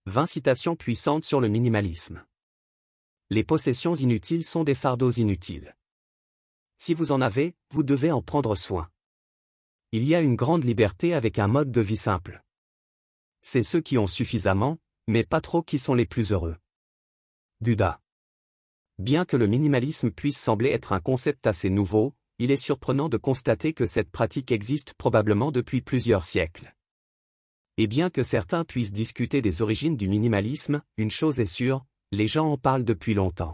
20 citations puissantes sur le minimalisme. Les possessions inutiles sont des fardeaux inutiles. Si vous en avez, vous devez en prendre soin. Il y a une grande liberté avec un mode de vie simple. C'est ceux qui ont suffisamment, mais pas trop qui sont les plus heureux. Bouddha. Bien que le minimalisme puisse sembler être un concept assez nouveau, il est surprenant de constater que cette pratique existe probablement depuis plusieurs siècles. Et bien que certains puissent discuter des origines du minimalisme, une chose est sûre, les gens en parlent depuis longtemps.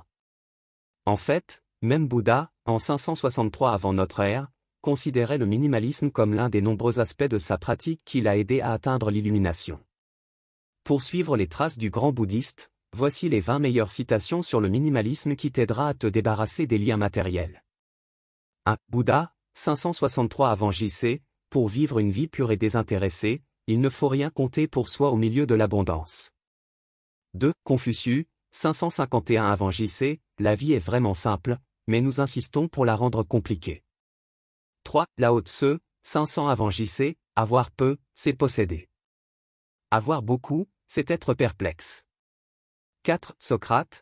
En fait, même Bouddha, en 563 avant notre ère, considérait le minimalisme comme l'un des nombreux aspects de sa pratique qui l'a aidé à atteindre l'illumination. Pour suivre les traces du grand bouddhiste, voici les 20 meilleures citations sur le minimalisme qui t'aidera à te débarrasser des liens matériels. 1. Bouddha, 563 avant JC, pour vivre une vie pure et désintéressée, il ne faut rien compter pour soi au milieu de l'abondance. 2. Confucius, 551 avant JC, la vie est vraiment simple, mais nous insistons pour la rendre compliquée. 3. Lao Tse, 500 avant JC, avoir peu, c'est posséder. Avoir beaucoup, c'est être perplexe. 4. Socrate,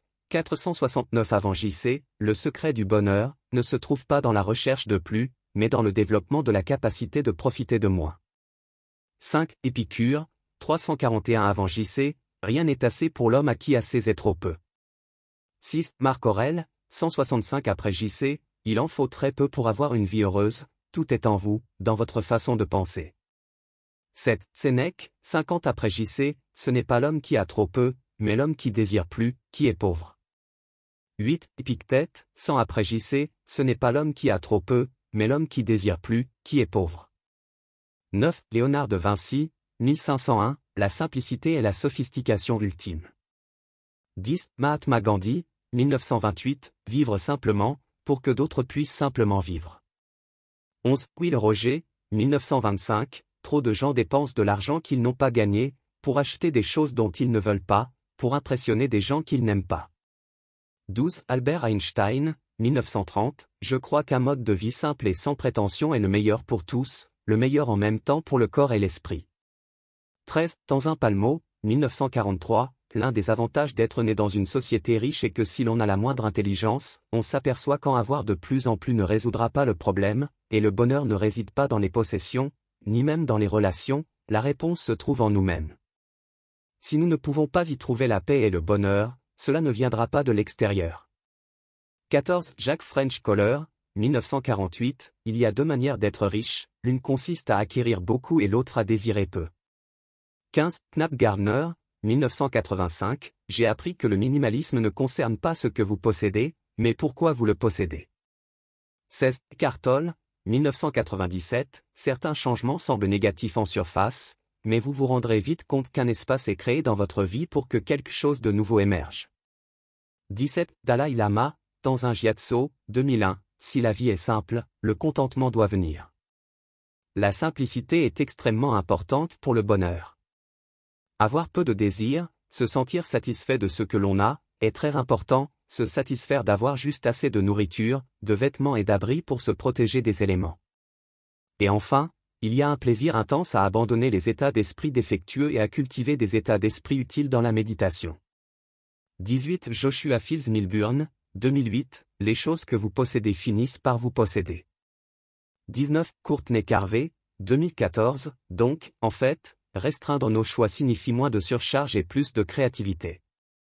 469 avant JC, le secret du bonheur ne se trouve pas dans la recherche de plus, mais dans le développement de la capacité de profiter de moins. 5. Épicure, 341 avant JC, rien n'est assez pour l'homme à qui assez est trop peu. 6. Marc Aurèle, 165 après JC, il en faut très peu pour avoir une vie heureuse, tout est en vous, dans votre façon de penser. 7. Sénèque, 50 après JC, ce n'est pas l'homme qui a trop peu, mais l'homme qui désire plus, qui est pauvre. 8. Épictète, 100 après JC, ce n'est pas l'homme qui a trop peu, mais l'homme qui désire plus, qui est pauvre. 9. Léonard de Vinci, 1501, la simplicité est la sophistication ultime. 10. Mahatma Gandhi, 1928, vivre simplement, pour que d'autres puissent simplement vivre. 11. Will Roger, 1925, trop de gens dépensent de l'argent qu'ils n'ont pas gagné, pour acheter des choses dont ils ne veulent pas, pour impressionner des gens qu'ils n'aiment pas. 12. Albert Einstein, 1930, je crois qu'un mode de vie simple et sans prétention est le meilleur pour tous, le meilleur en même temps pour le corps et l'esprit. 13. Tenzin Palmo, 1943, l'un des avantages d'être né dans une société riche est que si l'on a la moindre intelligence, on s'aperçoit qu'en avoir de plus en plus ne résoudra pas le problème, et le bonheur ne réside pas dans les possessions, ni même dans les relations, la réponse se trouve en nous-mêmes. Si nous ne pouvons pas y trouver la paix et le bonheur, cela ne viendra pas de l'extérieur. 14. Jack French Koller, 1948, il y a deux manières d'être riche, l'une consiste à acquérir beaucoup et l'autre à désirer peu. 15. Knapp Gardner, 1985, j'ai appris que le minimalisme ne concerne pas ce que vous possédez, mais pourquoi vous le possédez. 16. Cartol, 1997, certains changements semblent négatifs en surface, mais vous vous rendrez vite compte qu'un espace est créé dans votre vie pour que quelque chose de nouveau émerge. 17. Dalai Lama, Tenzin Gyatso, 2001, si la vie est simple, le contentement doit venir. La simplicité est extrêmement importante pour le bonheur. Avoir peu de désirs, se sentir satisfait de ce que l'on a, est très important, se satisfaire d'avoir juste assez de nourriture, de vêtements et d'abris pour se protéger des éléments. Et enfin, il y a un plaisir intense à abandonner les états d'esprit défectueux et à cultiver des états d'esprit utiles dans la méditation. 18. Joshua Fields Milburn, 2008, les choses que vous possédez finissent par vous posséder. 19. Courtney Carvey, 2014, donc, en fait, restreindre nos choix signifie moins de surcharge et plus de créativité.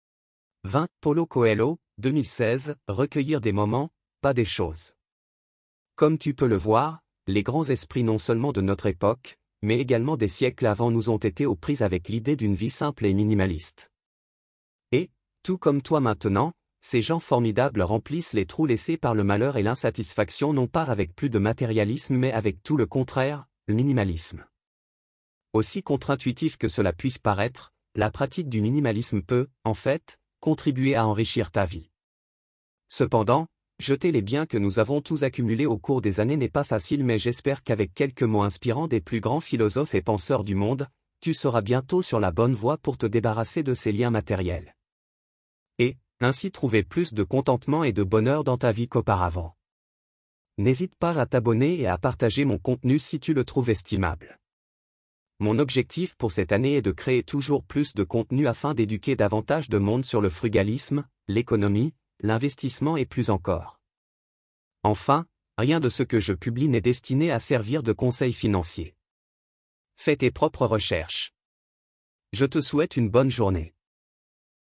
20. Paulo Coelho, 2016, recueillir des moments, pas des choses. Comme tu peux le voir, les grands esprits non seulement de notre époque, mais également des siècles avant nous ont été aux prises avec l'idée d'une vie simple et minimaliste. Et, tout comme toi maintenant, ces gens formidables remplissent les trous laissés par le malheur et l'insatisfaction non pas avec plus de matérialisme mais avec tout le contraire, le minimalisme. Aussi contre-intuitif que cela puisse paraître, la pratique du minimalisme peut, en fait, contribuer à enrichir ta vie. Cependant, jeter les biens que nous avons tous accumulés au cours des années n'est pas facile mais j'espère qu'avec quelques mots inspirants des plus grands philosophes et penseurs du monde, tu seras bientôt sur la bonne voie pour te débarrasser de ces liens matériels. Et, ainsi trouver plus de contentement et de bonheur dans ta vie qu'auparavant. N'hésite pas à t'abonner et à partager mon contenu si tu le trouves estimable. Mon objectif pour cette année est de créer toujours plus de contenu afin d'éduquer davantage de monde sur le frugalisme, l'économie, l'investissement et plus encore. Enfin, rien de ce que je publie n'est destiné à servir de conseil financier. Fais tes propres recherches. Je te souhaite une bonne journée.